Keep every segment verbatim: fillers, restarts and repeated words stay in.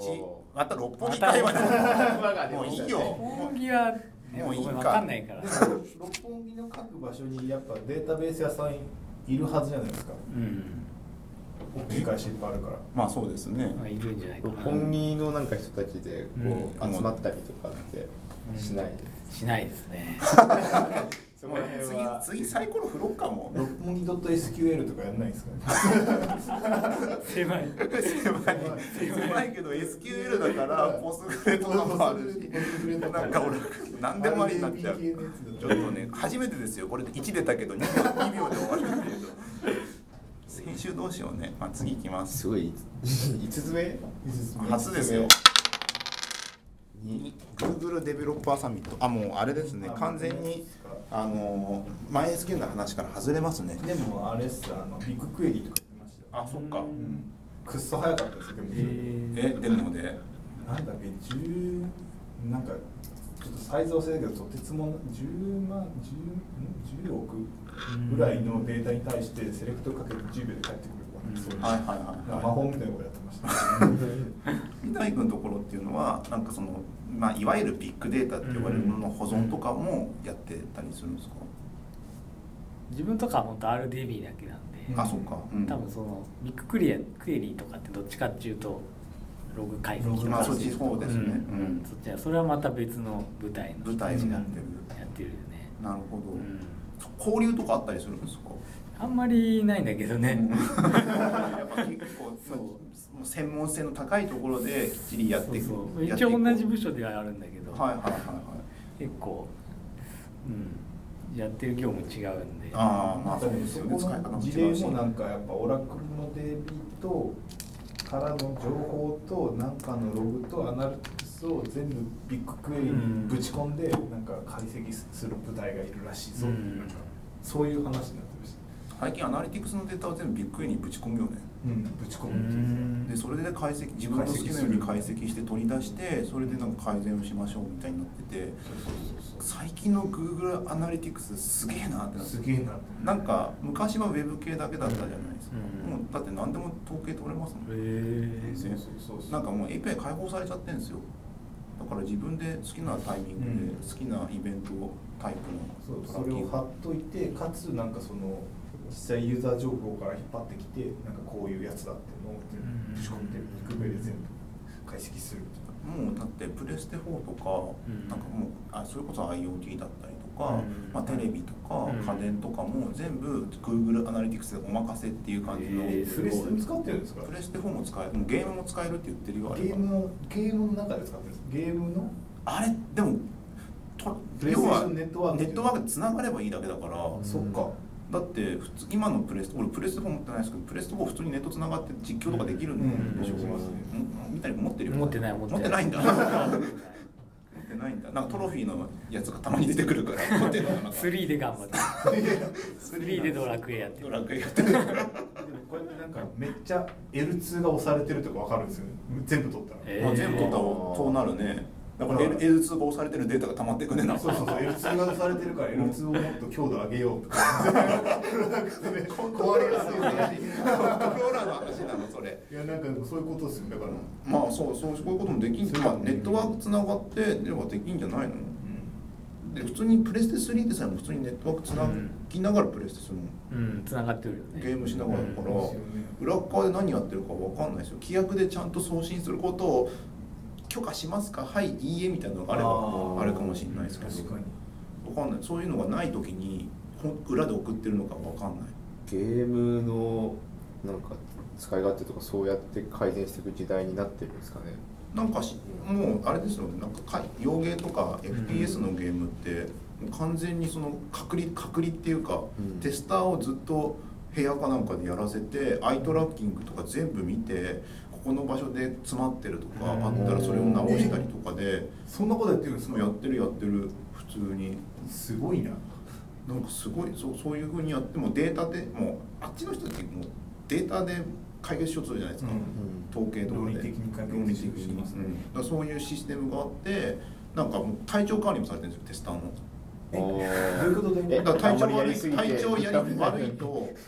また六本木会話でもういいよ。 六本木はもういいか。 分かんないから。 六本木の各場所にやっぱデータベース屋さんいるはずじゃないですか。うん。大きい会社いっぱいあるから。 まあそうですね。 まあ、いるんじゃないかな。 六本木のなんか人たちでこう集まったりとかってしない、 うん、しないですね。 その辺は次次サイコロ振ろっかも。 六本木 .エスキューエル とかやんないですかね。 狭い狭い狭いけど エスキューエル だからポスグレとかもあるし、なんか俺何でもありになっちゃう。ちょっとね初めてですよこれでいち出たけどにびょうで終わるっていうと。先週どうしようね。まあ次行きます。 すごいいつつめ初ですよ。Google デベロッパーサミット。あもうあれですね完全にあのマイエスキューエル の話から外れますね。 でもあれっすあのビッグクエリとか言ってましたよ。 あそっか、うん、 くっそ早かったですよ。でもえでもでなんだっけじゅうなんかちょっとサイズ忘れたけどとてつもじゅうまんじゅうおくぐらいのデータに対してセレクトかけてじゅうびょうで返ってくる。 はいはいはいはい、 魔法みたいなことやってました三谷君のところっていうのはなんかその、まあ、いわゆるビッグデータって呼ばれるものの保存とかもやってたりするんですか？ 自分とかは本当 アールディービー だけなんで、 あそっか、うん、 多分そのビッグクリアクエリーとかってどっちかっていうとログ解析とか、 まあ、そっちそうですね、うんうん、 そっちはそれはまた別の舞台の舞台になってるやってるよね。 なるほど、うん、交流とかあったりするんですか？ あんまりないんだけどね。 やっぱ結構そう専門性の高いところできっちりやっていく。 そうそう一応同じ部署ではあるんだけど、 はいはいはいはい、 結構、うん、やってる業務違うんで。 ああまあそうですよね。 そこの事例もなんかやっぱオラクルのデービットからの情報となんかのログとアナリティクスを全部ビッグクエリにぶち込んでなんか解析する部隊がいるらしいぞ、うん、なんかそういう話になってました。 最近アナリティクスのデータを全部ビッグクエリにぶち込むよね。 うん、ぶち込むでそれで解析自分の好きなように解析して取り出してそれでなんか改善をしましょうみたいになってて、最近の Google アナリティクスすげえなってなって、 すげえななんか昔はウェブ系だけだったじゃないですか、うん、もうだって何でも統計取れますもん。へえ。なんかもう エーピーアイ 開放されちゃってるんですよ。だから自分で好きなタイミングで好きなイベントタイプのトラッキング、そうそれを貼っといてかつなんかその実際ユーザー情報から引っ張ってきてなんかこういうやつだっていうのをぶち込んでビッグクエリで全部解析するみたいな。 もうだってプレステフォーとか、うん、なんかもうあそれこそ IoT だったりとか、うん、まあ、テレビとか、うん、家電とかも全部 Google アナリティクスでお任せっていう感じの、 えー、プレステも使ってるんですか？ プレステフォーも使える、もうゲームも使えるって言ってるよ。あれゲームのゲームの中で使ってるんですか？ゲームのあれでも要はネットワークネットワークでつながればいいだけだから、 うん、そっか。 だって普通今のプレステ俺プレステフォー持ってないですけどプレステフォー普通にネットつながって実況とかできるんでしょう、うんうん、みたいに持ってるよ。 持ってない持ってないんだ持ってないんだ。なんかトロフィーのやつがたまに出てくるから持ってるのかな。 スリーで頑張ってスリーでドラクエやってるドラクエやってるでもこれなんかめっちゃ エルツー が押されてるとか分かるんですよね。全部取ったら、 えーまあ、全部取ったらそうなるね。だから エルツー が押されてるデータが溜まっていくね。 そうそうそう エルツー が押されてるから エルツー をもっと強度上げようとか壊れやすいよね。コントローラーの話なのそれ。いやなんかそういうことですよ。だからまあそうそうそういうこともできん、まあ、ネットワークつながってではできんじゃないの、うん、で普通にプレステスリーでさえも普通にネットワークつなぎながらプレステするの、 うん、つながってるよね。 ゲームしながらだから、うん、裏側で何やってるか分かんないですよ。規約でちゃんと送信することを許可しますか、はい、いいえみたいなのがあればあれかもしれないですけど、分かんない。そういうのがない時に裏で送ってるのか分かんない。 ゲームのなんか使い勝手とかそうやって改善していく時代になってるんですかね。 なんかしもうあれですよね。なんか洋ゲーとか エフピーエス のゲームってもう完全にその隔離隔離っていうか、うん、テスターをずっと部屋かなんかでやらせてアイトラッキングとか全部見てここの場所で詰まってるとかあったらそれを直したりとかで、 そんなことやってるんですか？ やってるやってる普通に。 すごいな。 なんかすごいそうそういう風にやってもデータでもうあっちの人たちもうデータで解決しようとするじゃないですか、うん、統計とかで論理的に解決しますね、 うん、だからそういうシステムがあってなんかもう体調管理もされてるんですよテスターの。 えどういうことで？ だから体調悪い体調やり悪いと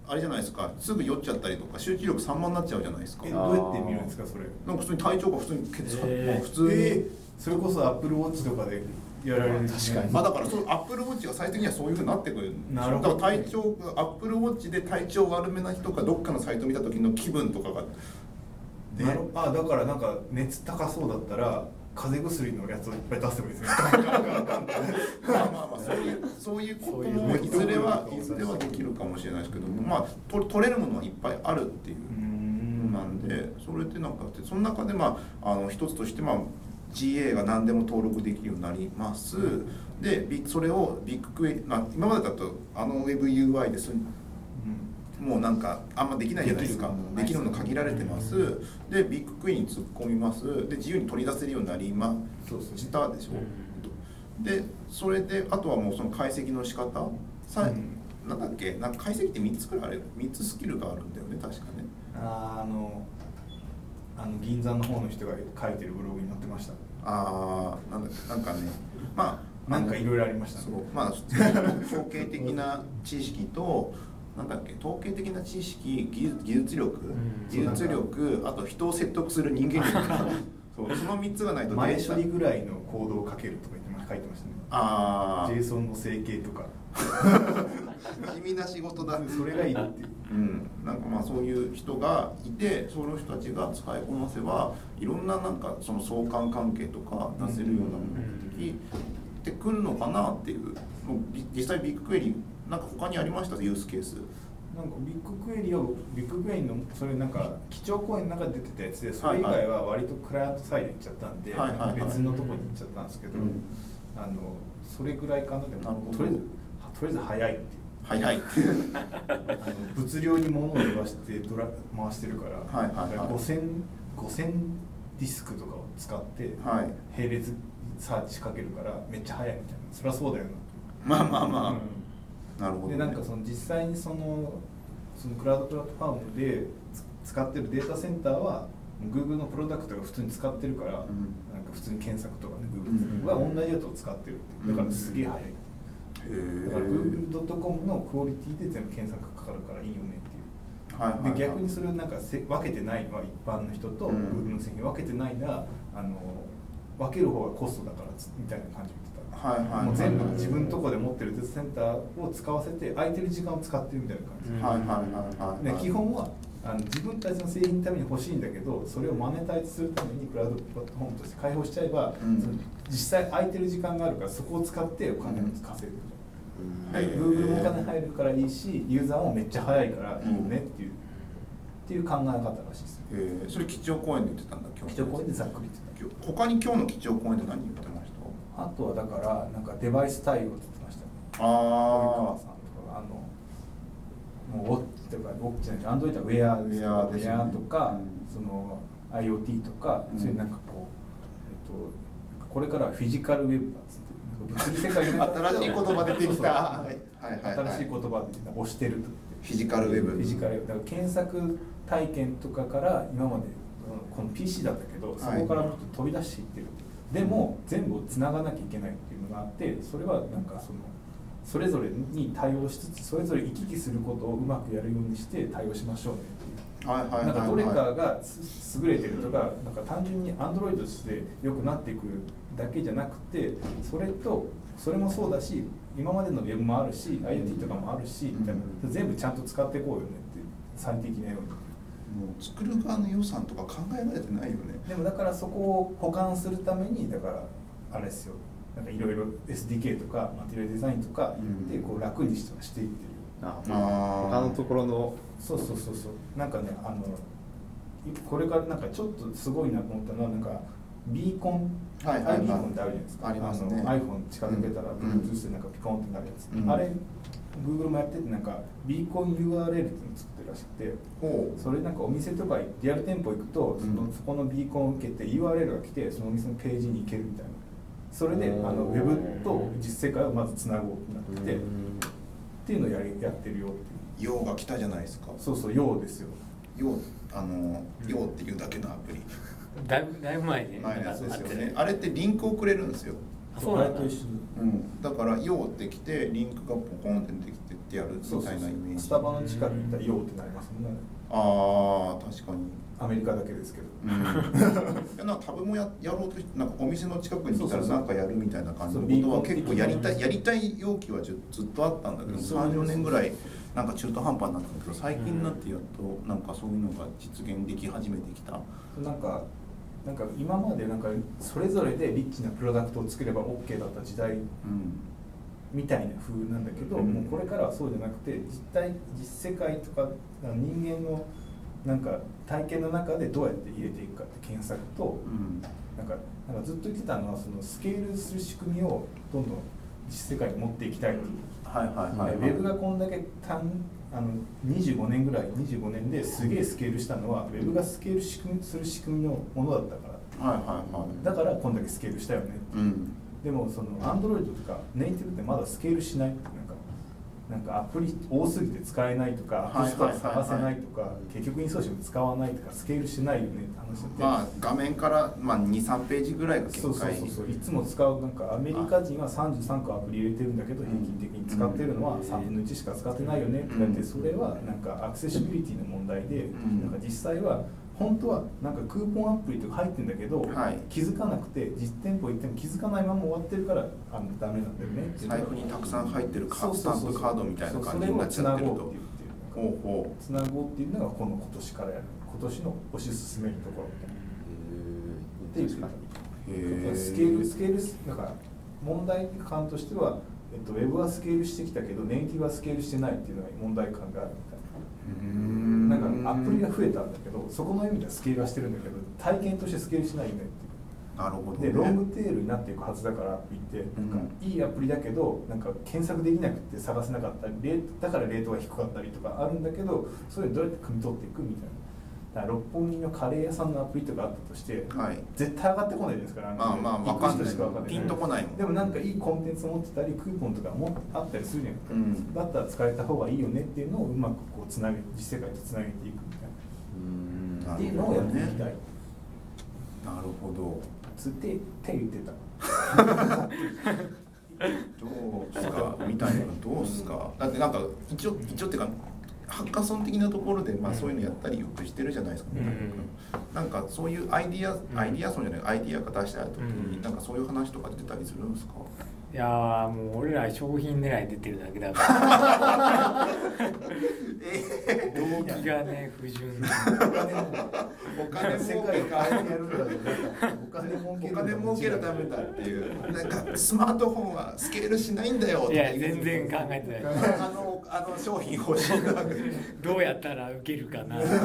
あれじゃないですか、すぐ酔っちゃったりとか集中力散漫になっちゃうじゃないですか。 えどうやって見るんですかそれ？ なんか普通に体調が普通に血圧、 えーもう普通に、 えーそれこそアップルウォッチとかでやられる。 確かにまあだからそのアップルウォッチが最終的にはそういうふうになってくるんですよ。 なるほどだから体調がアップルウォッチで体調悪めな人がどっかのサイト見た時の気分とかがで、 なるあだからなんか熱高そうだったら風邪薬のやつをいっぱい出せばいいですね。 まあまあまあそういうそういうこともいずれはいずれはできるかもしれないですけども、まあと取れるものはいっぱいあるっていうのなんで、それってなんかあってその中でまああの一つとしてまあジーエー が何でも登録できるようになります。でビそれをビッグクエリ、まあ、今までだとあのウェブ ユーアイ ですもうなんかあんまできないじゃないですか。できるの限られてます。でビッグクエリに突っ込みます。で自由に取り出せるようになりましたでしょ。でそれであとはもうその解析の仕方さ、うん、なんだっけなんか解析ってみっつくらいあるみっつスキルがあるんだよね確かね。 ああのあの銀座の方の人が書いてるブログに載ってました。 ああなんだなんかねまあなんかいろいろありましたね。 そうまあ統計的な知識となんだっけ統計的な知識技術、技術力、技術力あと人を説得する人間力そうそのみっつがないと前処理ぐらいのコードを書けるとか言ってま書いてましたね。 ああ JSON の整形とか地味な仕事だそれがいいっていう。 うん、なんかまあそういう人がいてその人たちが使いこなせばいろんななんかその相関関係とか出せるようなものができてくるのかなっていう。もう実際ビッグクエリなんか他にありましたユースケース。 なんかビッグクエリをビッグクエリのそれなんか基調講演の中で出てたやつでそれ以外は割とクライアントサイド行っちゃったんで、 はいはいはい、 別のとこに行っちゃったんですけど、うん、あのそれぐらいかな。でもとりあえずとりあえず早いっていう。 早いあの物量に物を言わしてドラ回してるから、 はいはいはい、 ごせんディスクとかを使って並列サーチ仕掛けるからめっちゃ早いみたいな。そりゃそうだよな。 まあまあまあ、うん、なるほど、ね、 でなんかその実際にそのそのクラウドプラットフォームで使ってるデータセンターは Google のプロダクトが普通に使ってるから、うん、なんか普通に検索とかね Google は同じやつを使ってるってだからすげえ早い。だから グーグルドットコム のクオリティで全部検索かかるからいいよねっていう、はいはいはい、で逆にそれをなんかせ分けてないのは一般の人と Google の製品分けてないならあの分ける方がコストだからみたいな感じで言ってた、はいはいはい、もう全部自分のとこで持ってるデータセンターを使わせて空いてる時間を使ってるみたいな感じ、はいはいはいはい、で基本はあの自分たちの製品のために欲しいんだけどそれをマネタイズするためにクラウドプラットフォームとして開放しちゃえば、うん、その実際空いてる時間があるからそこを使ってお金を稼ぐ、うんはい、Google もお金入るからいいしユーザーもめっちゃ早いからいいよねっていう、うん、っていう考え方らしいですよ。 えー、それ基調講演で言ってたんだ今日。 基調講演でざっくり言ってた。他に今日の基調講演で何言ってました？ あとはだからなんかデバイス対応って言ってましたね。 ああ。 さんとかあのもうウォッチとかウォッチじゃないアンドロイドはウェアですとかウェアとか、うん、その IoT とか、うん、そういうなんかこう、えっと、これからフィジカルウェブだっつって物理世界の新しい言葉出てきた。 新しい言葉で押してると。 フィジカルウェブ。 フィジカルウェブだから検索体験とかから今までこの ピーシー だったけどそこからもっと飛び出していってる。でも全部つながなきゃいけないっていうのがあってそれはなんかそのそれぞれに対応しつつそれぞれ行き来することをうまくやるようにして対応しましょうねっていう。はいはいはいはい、なんかどれかが優れてるとか、なんか単純に Android として良くなっていくだけじゃなくて、それとそれもそうだし、今までの Web もあるし、IoT とかもあるし、みたいな、全部ちゃんと使っていこうよねっていう最適なように。 もう作る側の予算とか考えられてないよね。 でもだからそこを補完するためにだからあれですよ。なんかいろいろ エスディーケー とかマテリアルデザインとかでこう楽にしてしていってる。 ああ、他のところのそうそうそうそう。なんかねあのこれからなんかちょっとすごいなと思ったのはなんかビーコン、はいはいはい、ビーコンってあるじゃないですか。ありますね。あの iPhone 近づけたら Bluetooth でなんかピコンってなるやつ。うん、あれ Google もやっててなんかビーコン ユーアールエル っていうのを作ってるらしくて、うん、それなんかお店とかリアル店舗行くとその、うん、そこのビーコンを受けて ユーアールエル が来てそのお店のページに行けるみたいな。それであのウェブと実世界をまずつなごうってなってて、っていうのをやりやってるよっていう。 用が来たじゃないですか。 そうそう用ですよ。 用あの用っていうだけのアプリ。 だいぶだいぶ前に前のやつですよね。あれってリンクをくれるんですよ。 そうなんだ。 うん。だから用ってきてリンクがポコンって出てきててやるみたいなイメージ。 スタバの近くに行ったらよってなりますもんね。 ああ確かに。 アメリカだけですけど、 うん、いやなんかタブも や, やろうとしてなんかお店の近くにいたらなんかやるみたいな感じのことは結構やりたいやりたい要求はずっとあったんだけど、さんじゅうねんぐらいなんか中途半端になったんだけど、最近になってやっとなんかそういうのが実現でき始めてきた。 なんかなんか今までなんかそれぞれでリッチなプロダクトを作れば OK だった時代、うん、みたいな風なんだけど、うん、もうこれからはそうじゃなくて実体実世界とか人間のなんか体験の中でどうやって入れていくかって検索と、うん、なんかなんかずっと言ってたのはそのスケールする仕組みをどんどん実世界に持っていきたいっていう、はいはいはいはい、ウェブがこんだけ単あのにじゅうごねんぐらいにじゅうごねんですげえスケールしたのはウェブがスケール仕組みする仕組みのものだったから、はいはいはい、だからこんだけスケールしたよねって、うん、でもその Android とかネイティブってまだスケールしないってなんかなんかアプリ多すぎて使えないとか、アプリストア探せないとか、結局インストーション使わないとか、スケールしないよねって話だって、 まあ、画面から、まあ、にさんページぐらいが限界。 そうそうそうそう、いつも使うなんかアメリカ人はさんじゅうさんこアプリ入れてるんだけど、平均的に使ってるのはさんぶんのいちしか使ってないよねって言って、それはなんかアクセシビリティの問題で、なんか実際は本当はなんかクーポンアプリとか入ってるんだけど、はい、気づかなくて実店舗行っても気づかないまま終わってるからあのダメなんだよね。 財布にたくさん入ってるカスタンプカードみたいな感じになっちゃってると。 つなごうっていうのがこの今年からやる今年の推し進めるところっていうスケールスケールだから問題感としては、えっと、ウェブはスケールしてきたけどネイティブはスケールしてないっていうのが問題感があるみたいな。なんかアプリが増えたんだけどそこの意味ではスケールはしてるんだけど体験としてスケールしないよねっていう。 なるほどね、 でロングテールになっていくはずだからって言って、なんかいいアプリだけどなんか検索できなくて探せなかったりだからレートが低かったりとかあるんだけどそれどうやって汲み取っていくみたいな。だから六本木のカレー屋さんのアプリとかあったとして、はい、絶対上がってこないですから、 まあまあ分かんないピンとこないもん。 でもなんかいいコンテンツを持ってたりクーポンとかもあったりするじゃないですか、うん、だったら使えた方がいいよねっていうのをうまくこうつなげ実世界とつなげていくみたいな、うん、っていうのをやっていきたい。 なるほど。 つってって言ってた。どうすかみたいなどうすか。だってなんか一応一応っていうかハッカソン的なところでまあそういうのやったりよくしてるじゃないですか。うん、なんかそういうアイディアアイディアソンじゃないアイディアが出した時になんかそういう話とか出たりするんですか。 いやーもう俺ら商品狙い出てるだけだからえー、動機がね不純なお金儲けるお金儲けるためだっていうなんかスマートフォンはスケールしないんだよって。 いや全然考えてないあのあの商品欲しいなどうやったら受けるかなそっ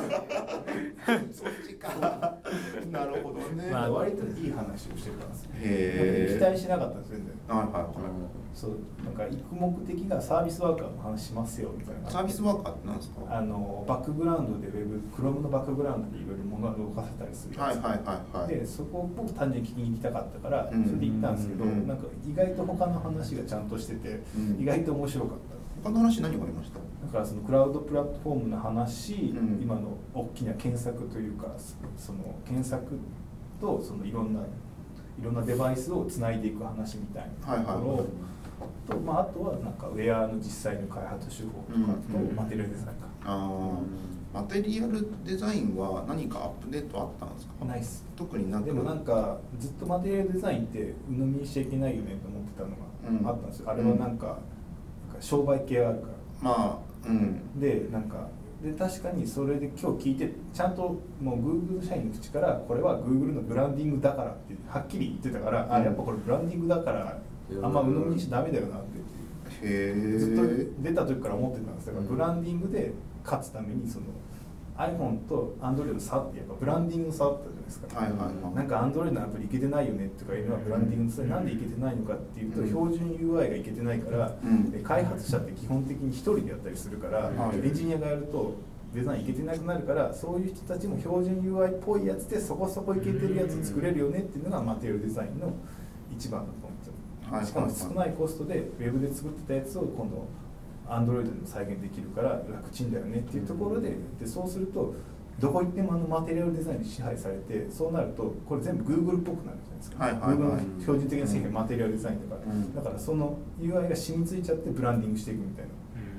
ちかなるほどね、 まあ、割といい話をしてるからですね。 へ期待しなかったんです全然。 はいはいはい。 そうなんか育目的がサービスワーカーの話しますよみたいな。 サービスワーカーって何ですか。 あのバックグラウンドでウェブ Chrome のバックグラウンドでいろいろ物を動かせたりするやつ。 はいはいはいはい。 でそこを僕単純に聞きに行きたかったから、うん、それで行ったんですけど、うん、なんか意外と他の話がちゃんとしてて、うん、意外と面白かった。 他の話何がありました。 だからそのクラウドプラットフォームの話、うん、今の大きな検索というかその検索とそのいろんないろんなデバイスをつないでいく話みたいなところ、はいはいはい、とまあ、あとはなんかウェアの実際の開発手法とかと、うんうん、マテリアルデザインか。 あマテリアルデザインは何かアップデートあったんですか。 ないっす。 特になんかでもなんかずっとマテリアルデザインって鵜呑みにしちゃいけないよねと思ってたのがあったんですよ、うん、あれはなんか、なんか商売系あるから。 まあうんでなんかで確かにそれで今日聞いてちゃんともう Google 社員の口からこれは Google のブランディングだからってはっきり言ってたから、うん、あやっぱこれブランディングだからあんま鵜呑みにしちゃダメだよなってへずっと出た時から思ってたんですけど、うん、ブランディングで勝つためにその iPhone と Android の差ってやっぱブランディングの差だったじゃないですか、 はいはいはい、 なんか Android のアプリいけてないよねとかいうのはブランディングの差で、うん、なんでいけてないのかっていうと、うん、標準 ユーアイ がいけてないから、うん、開発者って基本的に一人でやったりするから、うん、エンジニアがやるとデザインいけてなくなるからそういう人たちも標準 ユーアイ っぽいやつでそこそこいけてるやつを作れるよねっていうのがマテリアルデザインの一番のポイント、はい、しかも少ないコストでウェブで作ってたやつを今度 Android でも再現できるから楽ちんだよねっていうところ で, でそうするとどこ行ってもあのマテリアルデザインに支配されてそうなるとこれ全部 Google っぽくなるじゃないですか、はいはいはい、Google の標準的な製品マテリアルデザインだから、うん、だからその ユーアイ が染みついちゃってブランディングしていくみたいな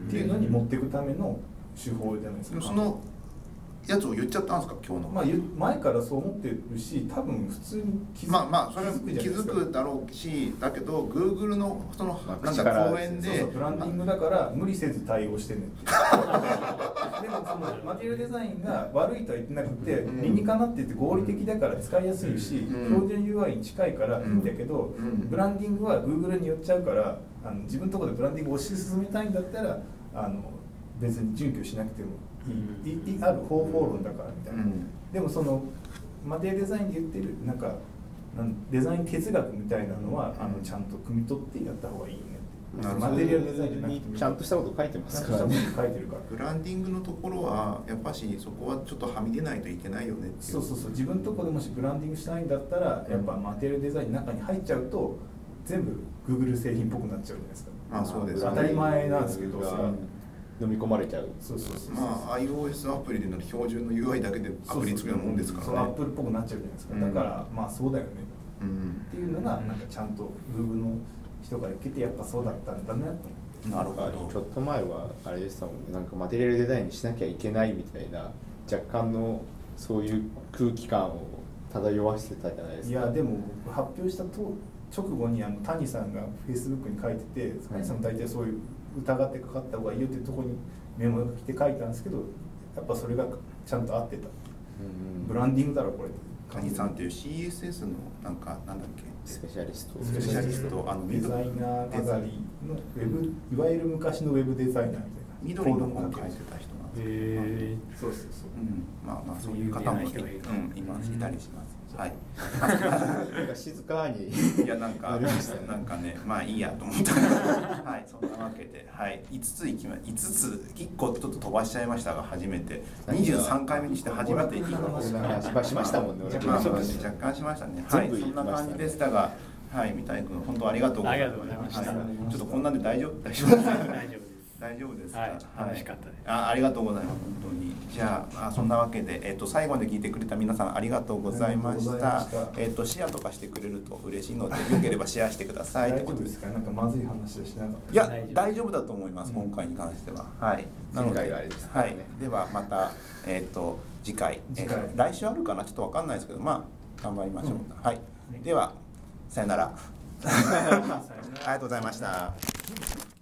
っていうのに持っていくための手法じゃないですか。 そのやつを言っちゃったんですか今日の。 まあ、前からそう思ってるし、多分普通に気づく、 まあまあそれは気づくだろうし、だけど Google のそのなんだ講演で、 そうそうブランディングだから無理せず対応してねってでもそのマテリアルデザインが悪いとは言ってなくて、うん、理にかなって言って合理的だから使いやすいし、うん、標準 ユーアイ に近いからいいんだけど、うん、ブランディングは Google に寄っちゃうから、あの自分のところでブランディングを推し進めたいんだったらあの別に準拠しなくてもいい、ある方法論だからみたいな、うん、でもそのマテリアルデザインで言ってるなんかデザイン哲学みたいなのは、うん、あのちゃんと汲み取ってやった方がいいねって、マテリアルデザインじゃなくてちゃんとしたこと書いてますからね。書いてるからブランディングのところはやっぱしそこはちょっとはみ出ないといけないよねっていう。 そうそうそう、自分のところでもしブランディングしたいんだったら、やっぱマテリアルデザインの中に入っちゃうと全部 Google 製品っぽくなっちゃうじゃないですか。 まあそうですね、 当たり前なんですけどさ、 飲み込まれちゃう。 そうそうそう。 まあ iOS アプリでの標準の ユーアイ だけでアプリ作るようなもんですからね。 そう、Apple っぽくなっちゃうじゃないですか。だからまあそうだよね、うん、っていうのがなんかちゃんと Google の人が言っててやっぱそうだったんだねと。 なるほど。 ちょっと前はあれでしたもんね、なんかマテリアルデザインにしなきゃいけないみたいな若干のそういう空気感を漂わせてたじゃないですか。 いやでも発表したと直後にあの谷さんが Facebook に書いてて、谷さんも大体そういう疑ってかかった方がいいよっていうところにメモが来て書いたんですけど、やっぱそれがちゃんと合ってた。うん、ブランディングだろこれ。 谷さんっていう シーエスエス のなんかなんだっけスペシャリストスペシャリストあのデザイナー上がりのウェブ、いわゆる昔のウェブデザイナーみたいな緑の本書いてた人なんですけど、 へー、そうそうそう、 うん、まあまあそういう方もいますいたりします。はい。 なんか静かにいやなんかなんかね、まあいいやと思った。はい、そんなわけで、はい、いつついきまいつついっこちょっと飛ばしちゃいましたが初めてにじゅうさんかいめにして初めていっこしましたもんね。 若干しました若干しましたね。はい、そんな感じでしたが、はい、三谷君本当ありがとうございました。ちょっとこんなんで大丈夫大丈夫ですか。大丈夫ですか。 はい、楽しかったです。 あ、ありがとうございます本当に。じゃあ、あそんなわけで、えっと最後まで聞いてくれた皆さんありがとうございました。えっとシェアとかしてくれると嬉しいので、よければシェアしてください。 大丈夫ですか。なんかまずい話はしなかった。 いや、大丈夫だと思います。今回に関しては。はい。なので、はい。ではまたえっと次回、来週あるかなちょっとわかんないですけど、まあ頑張りましょう。はい。ではさよなら。ありがとうございました。